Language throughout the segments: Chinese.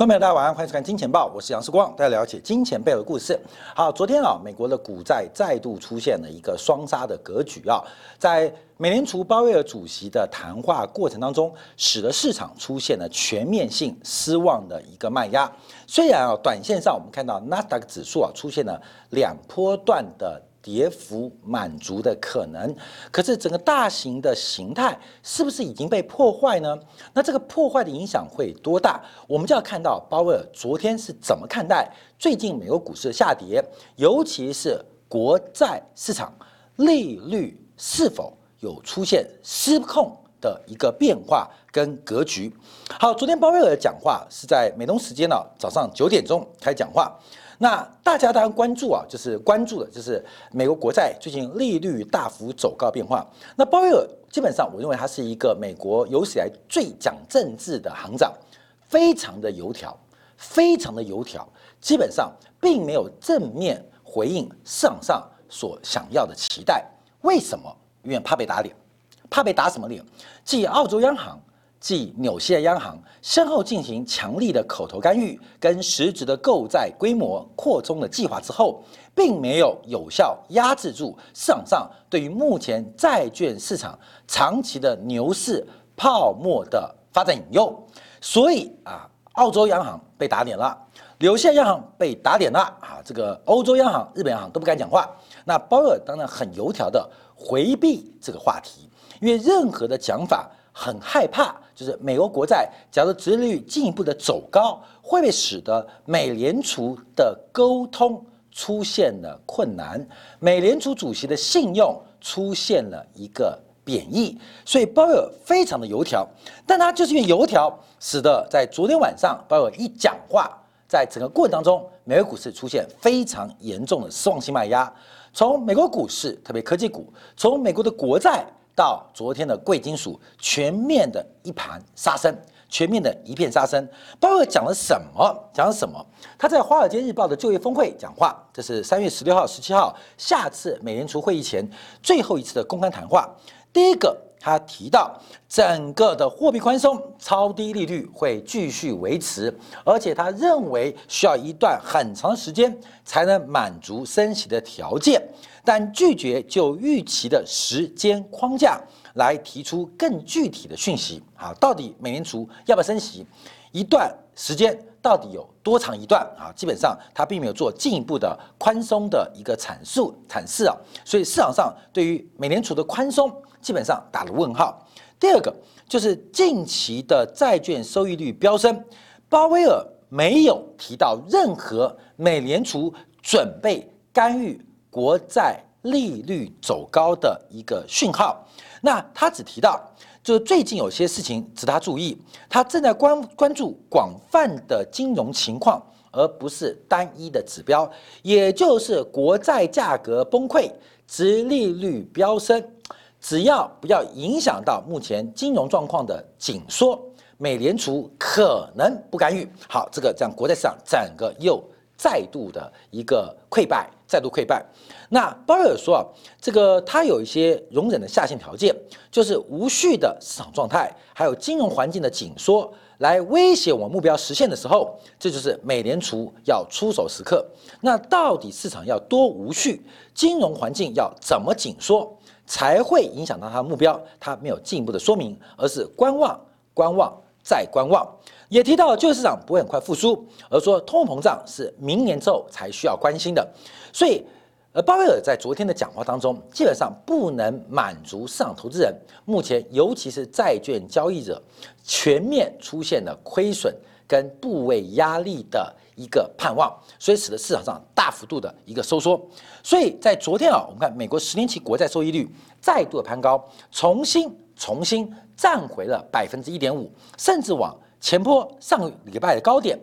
观众朋友，大家晚上欢迎收看《金钱报》，我是杨世光，带大家了解金钱背后的故事。好，昨天美国的股债再度出现了一个双杀的格局在美联储鲍威尔主席的谈话过程当中，使得市场出现了全面性失望的一个卖压。虽然短线上我们看到纳斯达克指数出现了两波段的跌幅满足的可能，可是整个大型的形态是不是已经被破坏呢？那这个破坏的影响会多大？我们就要看到鲍威尔昨天是怎么看待最近美国股市的下跌，尤其是国债市场利率是否有出现失控的一个变化跟格局。好，昨天鲍威尔的讲话是在美东时间早上9点钟开始讲话。那大家当然关注就是美国国债最近利率大幅走高变化。那鲍威尔基本上我认为他是一个美国有史以来最讲政治的行长，非常的油条，基本上并没有正面回应市场上所想要的期待。为什么？因为怕被打脸，怕被打什么脸？继澳洲央行、继纽西兰央行先后进行强力的口头干预跟实质的购债规模扩充的计划之后，并没有有效压制住市场上对于目前债券市场长期的牛市泡沫的发展隐忧。所以澳洲央行被打脸了，纽西兰央行被打脸了这个欧洲央行、日本央行都不敢讲话。那鲍威尔当然很油条的回避这个话题，因为任何的讲法很害怕，就是美国国债假如殖利率进一步的走高，会被使得美联储的沟通出现了困难，美联储主席的信用出现了一个贬义，所以鲍威尔非常的油条。但他就是因为油条，使得在昨天晚上鲍威尔一讲话，在整个过程当中，美国股市出现非常严重的失望性卖压。从美国股市，特别科技股，从美国的国债到昨天的贵金属，全面的一盘杀生，全面的一片杀生。鲍威尔讲了什么？他在《华尔街日报》的就业峰会讲话，这是3月16号、17号，下次美联储会议前最后一次的公开谈话。第一个，他提到整个的货币宽松、超低利率会继续维持，而且他认为需要一段很长时间才能满足升息的条件，但拒绝就预期的时间框架来提出更具体的讯息。到底美联储要不要升息？一段时间到底有多长一段基本上他并没有做进一步的宽松的一个阐释所以市场上对于美联储的宽松基本上打了问号。第二个就是近期的债券收益率飙升，鲍威尔没有提到任何美联储准备干预国债利率走高的一个讯号。那他只提到就是最近有些事情值得他注意，他正在关注广泛的金融情况，而不是单一的指标，也就是国债价格崩溃、殖利率飙升，只要不要影响到目前金融状况的紧缩，美联储可能不干预。好，这样国债市场整个又再度的一个溃败。那鲍威尔说这个他有一些容忍的下限条件，就是无序的市场状态，还有金融环境的紧缩，来威胁我们目标实现的时候，这就是美联储要出手时刻。那到底市场要多无序，金融环境要怎么紧缩，才会影响到他的目标？他没有进一步的说明，而是观望再观望。也提到就业市场不会很快复苏，而说通货膨胀是明年之后才需要关心的。所以鲍威尔在昨天的讲话当中，基本上不能满足市场投资人目前尤其是债券交易者全面出现了亏损跟部位压力的一个盼望，所以使得市场上大幅度的一个收缩。所以在昨天我们看美国10年期国债收益率再度的攀高，重新站回了1.5%，甚至往前波上个礼拜的高点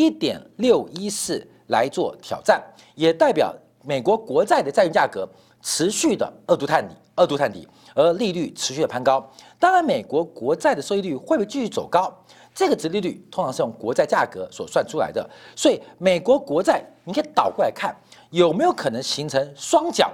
1.614来做挑战，也代表美国国债的债券价格持续的二度探底，而利率持续的攀高。当然，美国国债的收益率会不会继续走高？这个殖利率通常是用国债价格所算出来的，所以美国国债你可以倒过来看，有没有可能形成双脚？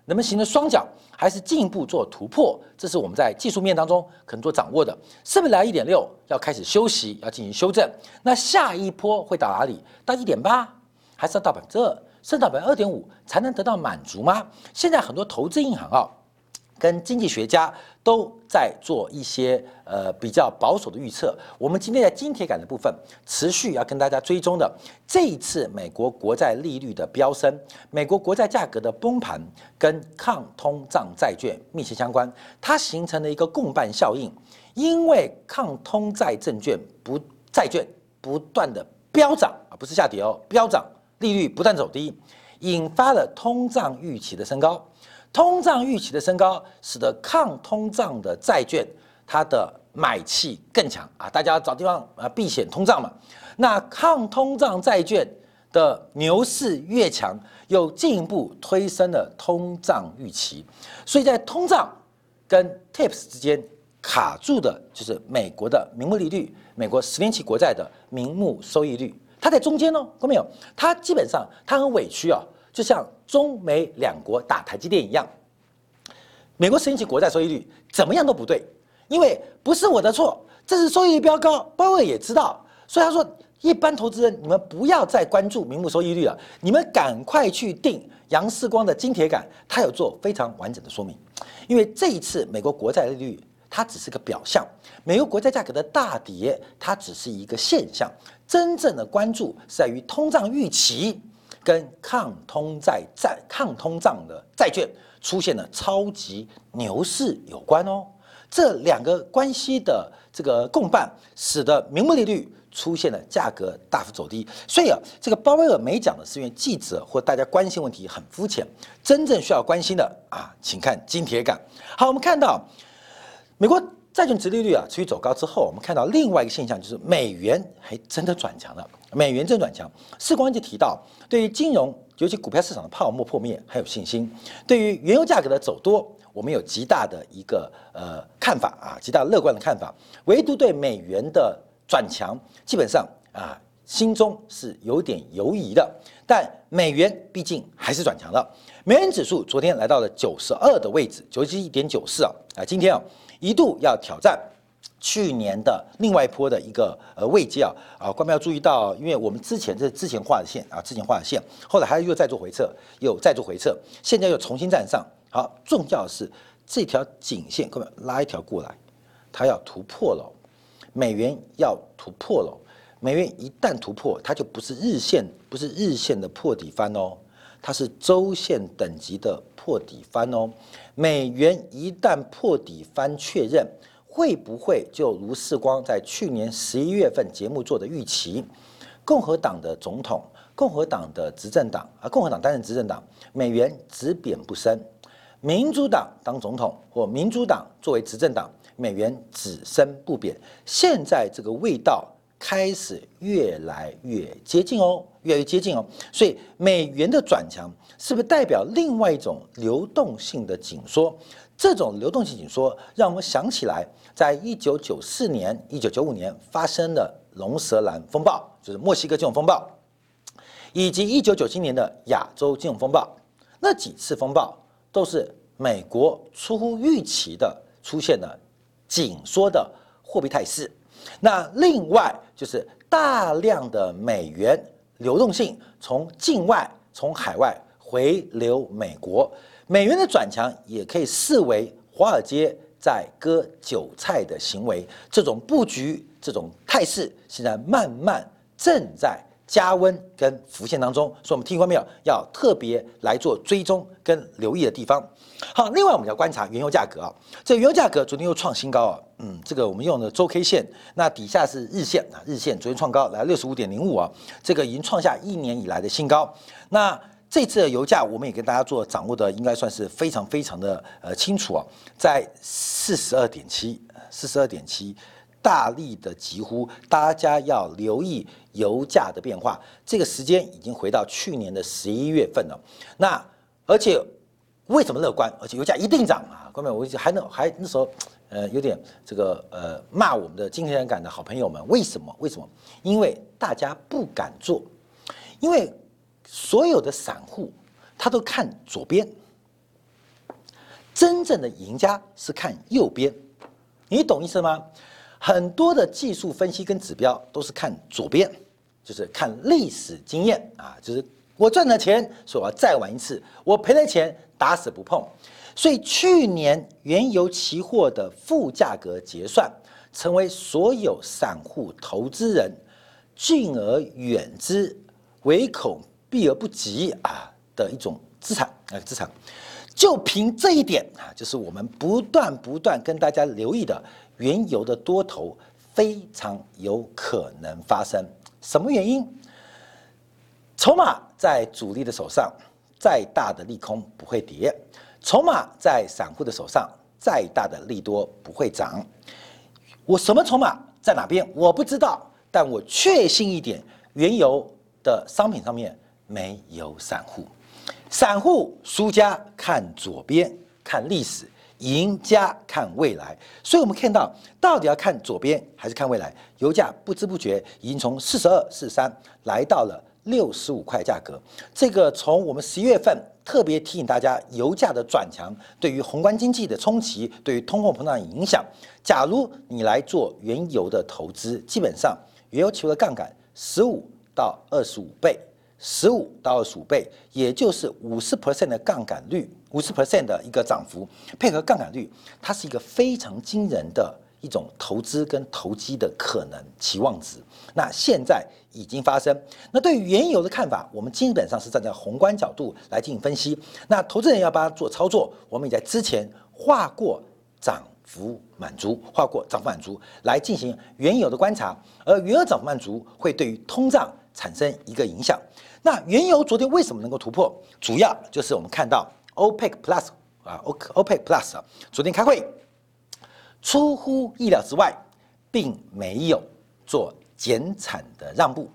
能不能形成双脚，还是进一步做突破？这是我们在技术面当中可能做掌握的。是不是来1.6要开始休息，要进行修正？那下一波会到哪里？到1.8，还是要到2%，甚至到2.5%才能得到满足吗？现在很多投资银行跟经济学家都在做一些比较保守的预测。我们今天在金铁杆的部分持续要跟大家追踪的，这一次美国国债利率的飙升，美国国债价格的崩盘跟抗通胀债券密切相关，它形成了一个共伴效应。因为抗通债债券不断的飙涨不是下跌飙涨，利率不断走低，引发了通胀预期的升高。通胀预期的升高，使得抗通胀的债券它的买气更强大家要找地方避险通胀嘛。那抗通胀债券的牛市越强，又进一步推升了通胀预期。所以在通胀跟 TIPS 之间卡住的就是美国的名目利率，美国10年期国债的名目收益率，它在中间看到没有？它基本上它很委屈就像中美两国打台积电一样，美国10年期国债收益率怎么样都不对，因为不是我的错，这是收益率飙高，鲍威尔也知道，所以他说，一般投资人你们不要再关注名目收益率了，你们赶快去定杨世光的金铁杆，他有做非常完整的说明。因为这一次美国国债利率它只是个表象，美国国债价格的大跌它只是一个现象，真正的关注是在于通胀预期跟抗通胀的债券出现了超级牛市有关这两个关系的这个共伴，使得名目利率出现了价格大幅走低。所以这个鲍威尔没讲的是因为记者或大家关心问题很肤浅，真正需要关心的请看金铁杆。好，我们看到美国债券殖利率持续走高之后，我们看到另外一个现象，就是美元还真的转强了。美元真转强，世光就提到，对于金融，尤其股票市场的泡沫破灭很有信心。对于原油价格的走多，我们有极大的一个看法极大乐观的看法。唯独对美元的转强，基本上心中是有点犹疑的。但美元毕竟还是转强了，美元指数昨天来到了92的位置，91.94今天一度要挑战去年的另外一波的一个位阶观众要注意到，因为我们之前画的线后来还又再做回撤，现在又重新站上。好，重要的是这条颈线，各位拉一条过来，它要突破了，美元要突破了。美元一旦突破，它就不是日线的破底翻它是周线等级的破底翻美元一旦破底翻确认，会不会就如世光在去年11月份节目做的预期，共和党的总统、共和党的执政党共和党担任执政党，美元只贬不升；民主党当总统或民主党作为执政党，美元只升不贬。现在这个味道开始越来越接近所以美元的转强是不是代表另外一种流动性的紧缩？这种流动性紧缩让我们想起来，在1994年、1995年发生的龙舌兰风暴，就是墨西哥金融风暴，以及1997年的亚洲金融风暴。那几次风暴都是美国出乎预期的出现了紧缩的货币态势。那另外就是大量的美元流动性从境外、从海外回流美国，美元的转强也可以视为华尔街在割韭菜的行为。这种布局、这种态势，现在慢慢正在加温跟浮现当中，所以我们听众朋友要特别来做追踪跟留意的地方。好，另外我们要观察原油价格这原油价格昨天又创新高这个我们用的周 K 线，那底下是日线日线昨天创高来65.05这个已经创下1年以来的新高。那这次的油价我们也跟大家做掌握的应该算是非常非常的清楚在42.7，大力的疾呼大家要留意油价的变化。这个时间已经回到去年的11月份了。那而且为什么乐观？而且油价一定涨各位，我还那时候有点这个骂我们的金钱感的好朋友们，为什么？因为大家不敢做，因为所有的散户他都看左边， 真正的赢家是看右边，你懂意思吗？很多的技术分析跟指标都是看左边，就是看历史经验啊，就是我赚了钱，所以我要再玩一次；我赔了钱，打死不碰。所以去年原油期货的负价格结算，成为所有散户投资人敬而远之、唯恐避而不及的一种资产。就凭这一点就是我们不断跟大家留意的原油的多头非常有可能发生。什么原因？筹码在主力的手上，再大的利空不会跌；筹码在散户的手上，再大的利多不会涨。我什么筹码在哪边我不知道，但我确信一点，原油的商品上面没有散户。散户输家看左边，看历史；赢家看未来。所以我们看到，到底要看左边还是看未来？油价不知不觉已经从42、43来到了65块价格。这个从我们11月份特别提醒大家，油价的转强对于宏观经济的冲击，对于通货膨胀的影响。假如你来做原油的投资，基本上原油期货的杠杆15到25倍。15到25倍，也就是50% 的杠杆率，50% 的一个涨幅，配合杠杆率，它是一个非常惊人的一种投资跟投机的可能期望值。那现在已经发生。那对于原油的看法，我们基本上是站在宏观角度来进行分析。那投资人要帮他做操作，我们也在之前画过涨幅满足来进行原油的观察，而原油涨幅满足会对于通胀产生一个影响。那原油昨天为什么能够突破？主要就是我们看到 OPEC Plus 昨天开会，出乎意料之外，并没有做减产的让步，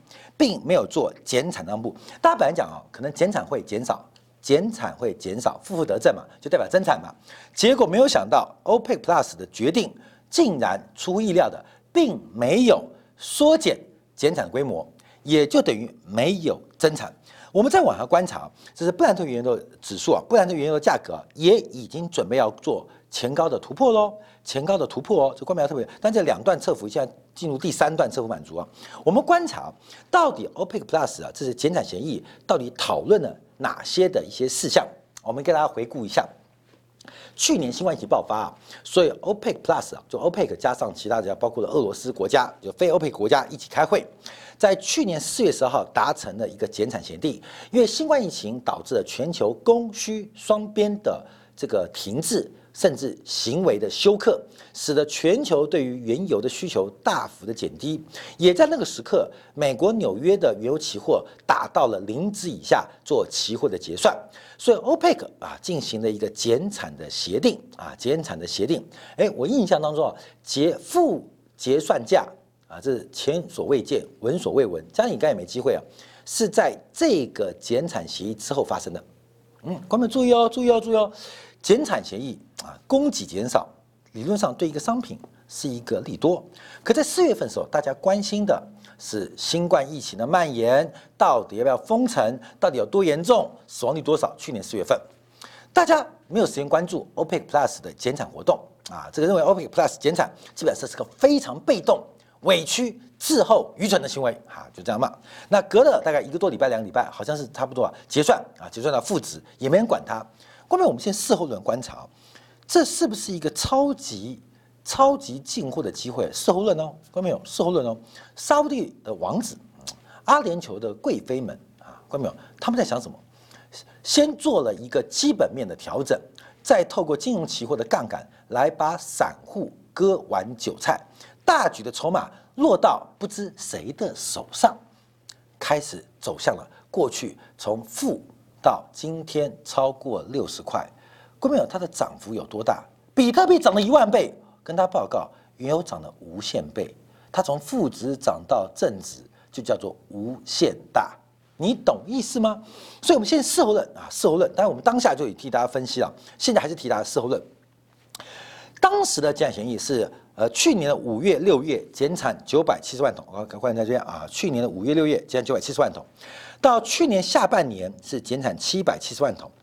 大家本来讲可能减产会减少，负得正嘛，就代表增产嘛。结果没有想到 OPEC Plus 的决定竟然出乎意料的，并没有缩减减产规模。也就等于没有增产。我们再往下观察，这是布兰特原油的指数布兰特原油的价格也已经准备要做前高的突破喽，这观众要特别。但这2段侧幅现在进入第3段侧幅满足我们观察到底 OPEC Plus 这是减产协议到底讨论了哪些的一些事项，我们给大家回顾一下。去年新冠疫情爆发所以 OPEC Plus 就 OPEC 加上其他的包括了俄罗斯国家，就非 OPEC 国家一起开会，在去年4月10号达成了一个减产协定。因为新冠疫情导致了全球供需双边的这个停滞，甚至行为的休克，使得全球对于原油的需求大幅的减低。也在那个时刻，美国纽约的原油期货打到了0值以下做期货的结算。所以 OPEC 进行了一个减产的协定我印象当中负结算价这是前所未见，闻所未闻，这样应该也没机会是在这个减产协议之后发生的。观众注意哦，减产协议供给减少，理论上对一个商品是一个利多。可在4月份的时候，大家关心的是新冠疫情的蔓延，到底要不要封城，到底有多严重，死亡率多少？去年4月份，大家没有时间关注 OPEC Plus 的减产活动这个认为 OPEC Plus 减产基本上是个非常被动、委屈、滞后、愚蠢的行为就这样嘛。那隔了大概1个多礼拜、2个礼拜，好像是差不多结算到负值，也没人管它。关键我们现在事后论观察，这是不是一个超级进货的机会？事后论观众朋友，事后论沙烏地的王子、阿联酋的贵妃们观众朋友，他们在想什么？先做了一个基本面的调整，再透过金融期货的杠杆来把散户割完韭菜，大举的筹码落到不知谁的手上，开始走向了过去从负到今天超过60块。观众朋友，它的涨幅有多大？比特币涨了1万倍，跟他报告，原油涨了无限倍，它从负值涨到正值，就叫做无限大。你懂意思吗？所以我们现在事后论当然我们当下就已替大家分析了，现在还是替大家事后论。当时的减产协议是去年的5月、6月减产970万桶，欢迎在这边去年的5月、6月减产970万桶，到去年下半年是减产770万桶，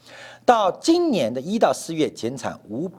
到今年的1到4月减产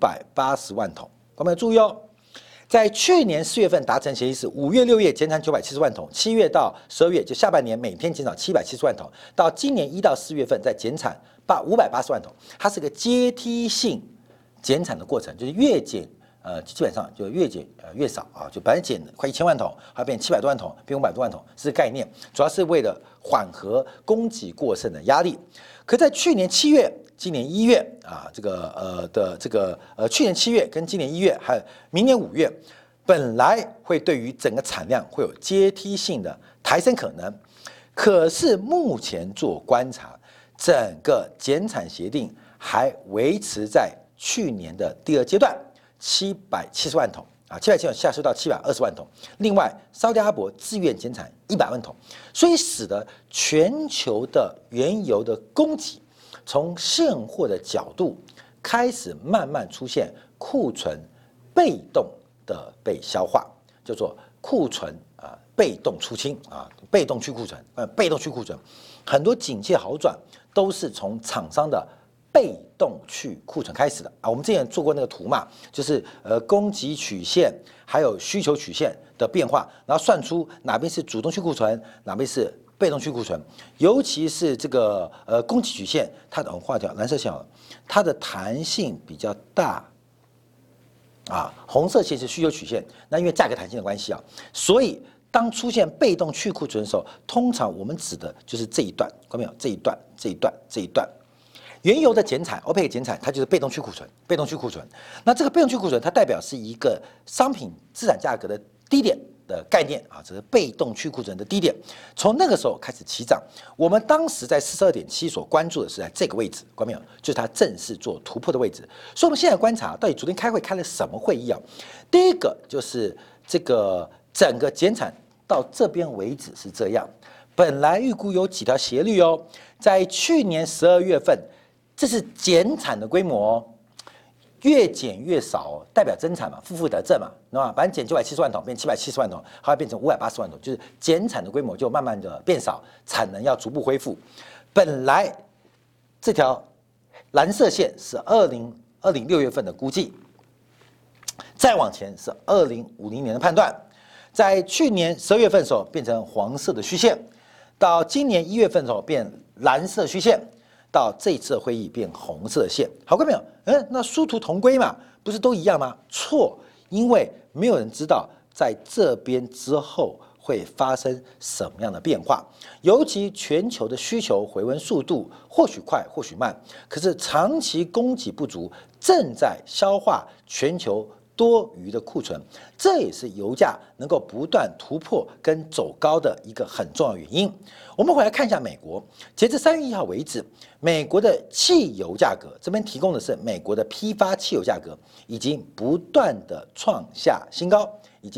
580万桶。各位注意哦，在去年4月份达成协议是5月、6月减产970万桶，7月到12月就下半年每天减少770万桶，到今年1到4月份再减产580万桶，它是个阶梯性减产的过程，就是越减。基本上就越减越少啊，就本来减快1000万桶，还变700多万桶，变500多万桶，是概念，主要是为了缓和供给过剩的压力。可在去年7月、今年1月啊，去年7月跟今年1月，还有明年5月，本来会对于整个产量会有阶梯性的抬升可能，可是目前做观察，整个减产协定还维持在去年的第2阶段。770万桶啊，770万下修到720万桶。另外，沙特阿拉伯自愿减产100万桶，所以使得全球的原油的供给从现货的角度开始慢慢出现库存被动的被消化，叫做库存被动出清啊，被动去库存，被动去库存，很多景气好转都是从厂商的被动去库存开始的啊，我们之前做过那个图嘛，就是供给曲线还有需求曲线的变化，然后算出哪边是主动去库存，哪边是被动去库存，尤其是这个供给曲线，它的画条蓝色线好了，它的弹性比较大啊，红色线是需求曲线，那因为价格弹性的关系啊，所以当出现被动去库存的时候，通常我们指的就是这一段，看到没有？这一段，这一段，这一段。原油的减产 ，OPEC 减产，它就是被动去库存，被动去库存。那这个被动去库存，它代表是一个商品资产价格的低点的概念啊，这是被动去库存的低点。从那个时候开始起涨，我们当时在42.7所关注的是在这个位置，看到没有？就是它正式做突破的位置。所以我们现在观察到底昨天开会开了什么会议啊？第一个就是这个整个减产到这边为止是这样，本来预估有几条斜率哦，在去年12月份。这是减产的规模哦，越减越少哦，代表增产嘛，负得正嘛，懂吗？反正减970万桶变770万桶，还会变成580万桶，就是减产的规模就慢慢的变少，产能要逐步恢复。本来这条蓝色线是2020 6月份的估计，再往前是2050年的判断，在去年12月份的时候变成黄色的虚线，到今年1月份的时候变蓝色虚线。到这一次的会议变红色线，好看没有？那殊途同归嘛，不是都一样吗？错，因为没有人知道在这边之后会发生什么样的变化，尤其全球的需求回温速度或许快，或许慢，可是长期供给不足正在消化全球多余的库存，这也是油价能够不断突破跟走高的一个很重要的原因。我们回来看一下美国，截至3月1号为止，美国的汽油价格这边提供的是美国的批发汽油价格，已经不断的创下新高，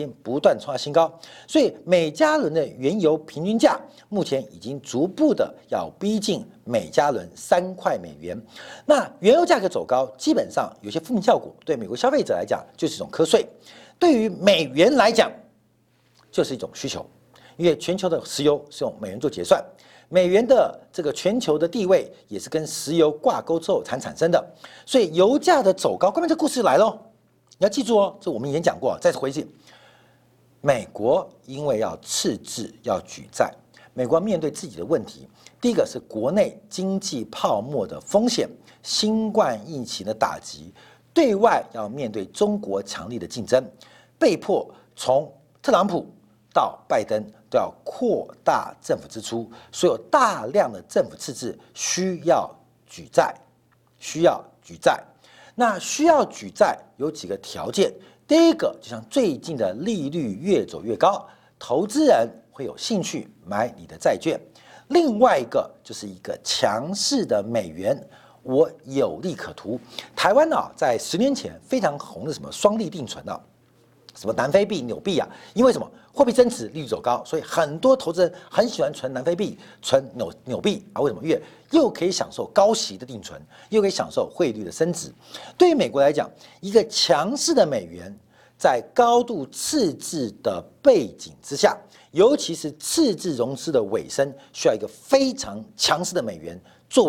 所以每加仑的原油平均价目前已经逐步的要逼近每加仑3块美元。那原油价格走高，基本上有些负面效果，对美国消费者来讲就是一种瞌睡，对于美元来讲就是一种需求。因为全球的石油是用美元做结算，美元的这个全球的地位也是跟石油挂钩之后才产生的，所以油价的走高，关键这故事来喽，你要记住哦，这我们以前讲过，再次回去，美国因为要赤字要举债，美国面对自己的问题，第一个是国内经济泡沫的风险，新冠疫情的打击，对外要面对中国强力的竞争，被迫从特朗普到拜登都要扩大政府支出，所以有大量的政府赤字需要举债，那需要举债有几个条件，第一个就像最近的利率越走越高，投资人会有兴趣买你的债券，另外一个就是一个强势的美元，我有利可图。台湾在10年前非常红的什么双利定存什么南非币、纽币啊？因为什么？货币增值，利率走高，所以很多投资人很喜欢存南非币、存纽币啊。为什么？因为又可以享受高息的定存，又可以享受汇率的升值。对于美国来讲，一个强势的美元，在高度赤字的背景之下，尤其是赤字融资的尾声，需要一个非常强势的美元作为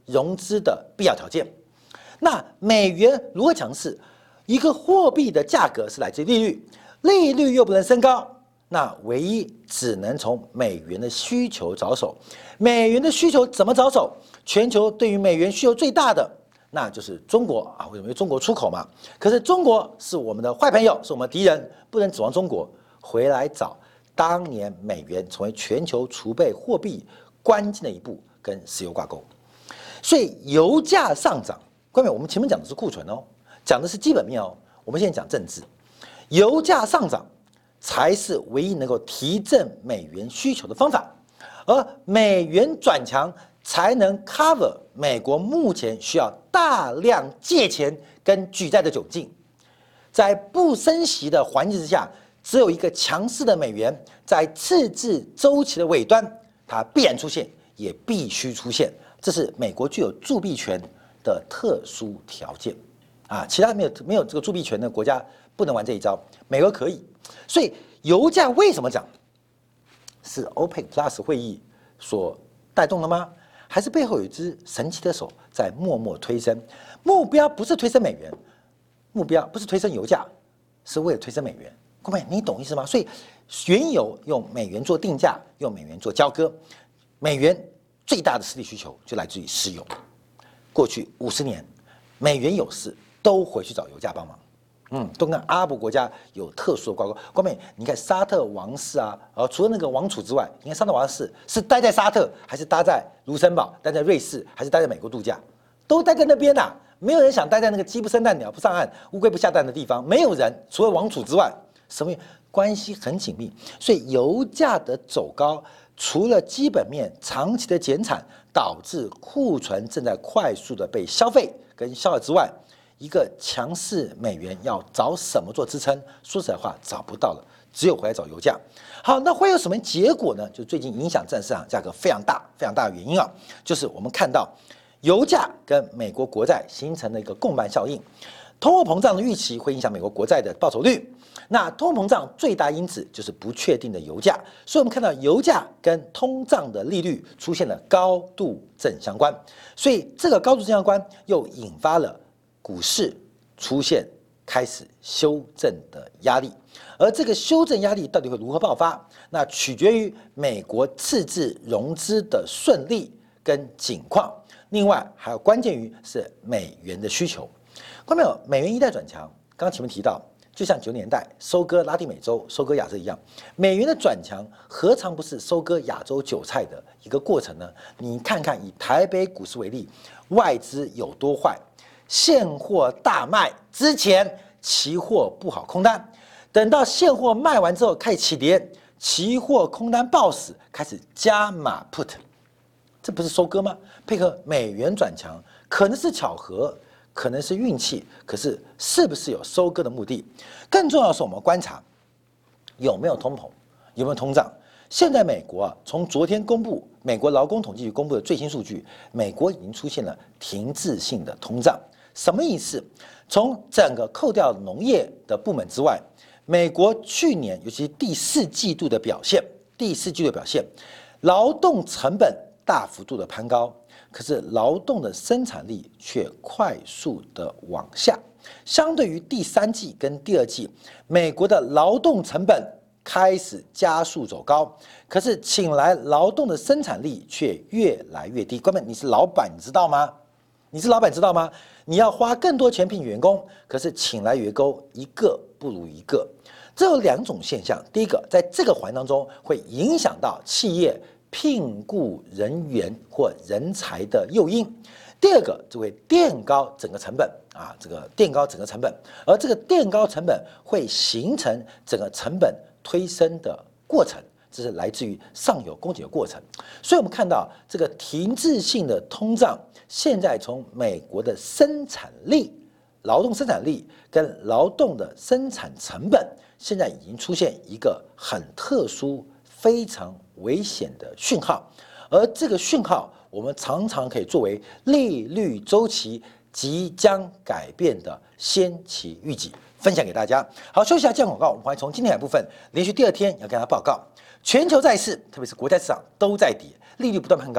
融资的必要条件。那美元如何强势？一个货币的价格是来自利率，利率又不能升高，那唯一只能从美元的需求着手。美元的需求怎么着手？全球对于美元需求最大的，那就是中国啊。为什么？因为中国出口嘛。可是中国是我们的坏朋友，是我们的敌人，不能指望中国回来找当年美元成为全球储备货币关键的一步，跟石油挂钩。所以油价上涨，各位，我们前面讲的是库存哦，讲的是基本面哦。我们现在讲政治，油价上涨才是唯一能够提振美元需求的方法，而美元转强才能 cover 美国目前需要大量借钱跟举债的窘境。在不升息的环境之下，只有一个强势的美元，在赤字周期的尾端，它必然出现，也必须出现。这是美国具有铸币权的特殊条件啊，其他没有这个铸币权的国家不能玩这一招，美国可以。所以油价为什么涨？是 OPEC Plus 会议所带动的吗？还是背后有一只神奇的手在默默推升？目标不是推升美元，目标不是推升油价，是为了推升美元。各位，你懂意思吗？所以原油用美元做定价，用美元做交割，美元最大的实体需求就来自于石油。过去50年，美元有事都回去找油价帮忙。都跟阿拉伯国家有特殊的挂钩。各位，你看沙特王室啊，除了那个王储之外，你看沙特王室是待在沙特，还是待在卢森堡，待在瑞士，还是待在美国度假？都待在那边呐，没有人想待在那个鸡不生蛋、鸟不上岸、乌龟不下蛋的地方，没有人，除了王储之外，什么关系很紧密。所以油价的走高，除了基本面长期的减产导致库存正在快速的被消费跟消耗之外，一个强势美元要找什么做支撑？说实在话，找不到了，只有回来找油价。好，那会有什么结果呢？就最近影响市场价格非常大的原因啊，就是我们看到油价跟美国国债形成了一个共伴效应，通货膨胀的预期会影响美国国债的报酬率。那通货膨胀最大因子就是不确定的油价，所以我们看到油价跟通胀的利率出现了高度正相关，所以这个高度正相关又引发了股市出现开始修正的压力，而这个修正压力到底会如何爆发？那取决于美国赤字融资的顺利跟景况，另外还有关键于是美元的需求。看到没有？美元一旦转强，刚刚前面提到，就像90年代收割拉丁美洲、收割亚洲一样，美元的转强何尝不是收割亚洲韭菜的一个过程呢？你看看以台北股市为例，外资有多坏？现货大卖之前，期货不好空单，等到现货卖完之后开始起跌，期货空单爆死，开始加码 put， 这不是收割吗？配合美元转强，可能是巧合，可能是运气，可是是不是有收割的目的？更重要的是，我们观察有没有通膨，有没有通胀。现在美国啊，从昨天公布美国劳工统计局公布的最新数据，美国已经出现了停滞性的通胀。什么意思？从整个扣掉农业的部门之外，美国去年尤其第四季度的表现，劳动成本大幅度的攀高，可是劳动的生产力却快速的往下。相对于第三季跟第二季，美国的劳动成本开始加速走高，可是请来劳动的生产力却越来越低。各位，你是老板，你知道吗？你要花更多钱聘员工，可是请来员工一个不如一个。这有两种现象：第一个，在这个环境当中会影响到企业聘雇人员或人才的诱因；第二个，就会垫高整个成本啊，而这个垫高成本会形成整个成本推升的过程。这是来自于上游供给的过程，所以我们看到这个停滞性的通胀，现在从美国的生产力、劳动生产力跟劳动的生产成本，现在已经出现一个很特殊、非常危险的讯号，而这个讯号，我们常常可以作为利率周期即将改变的先期预警，分享给大家。好，休息一下，接广告。我们欢迎从今天的部分连续第二天要跟大家报告。全球债市，特别是国债市场都在跌，利率不断攀高，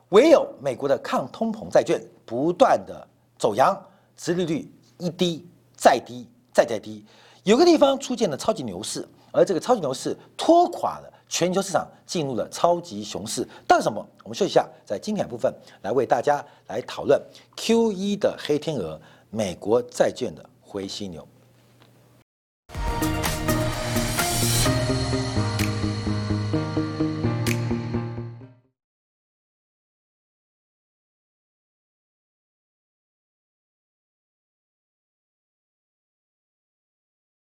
唯有美国的抗通膨债券不断的走扬，殖利率一低再低再低，有个地方出现了超级牛市，而这个超级牛市拖垮了全球市场，进入了超级熊市。到底什么？我们休息一下，在精彩部分来为大家来讨论 QE 的黑天鹅，美国债券的灰犀牛。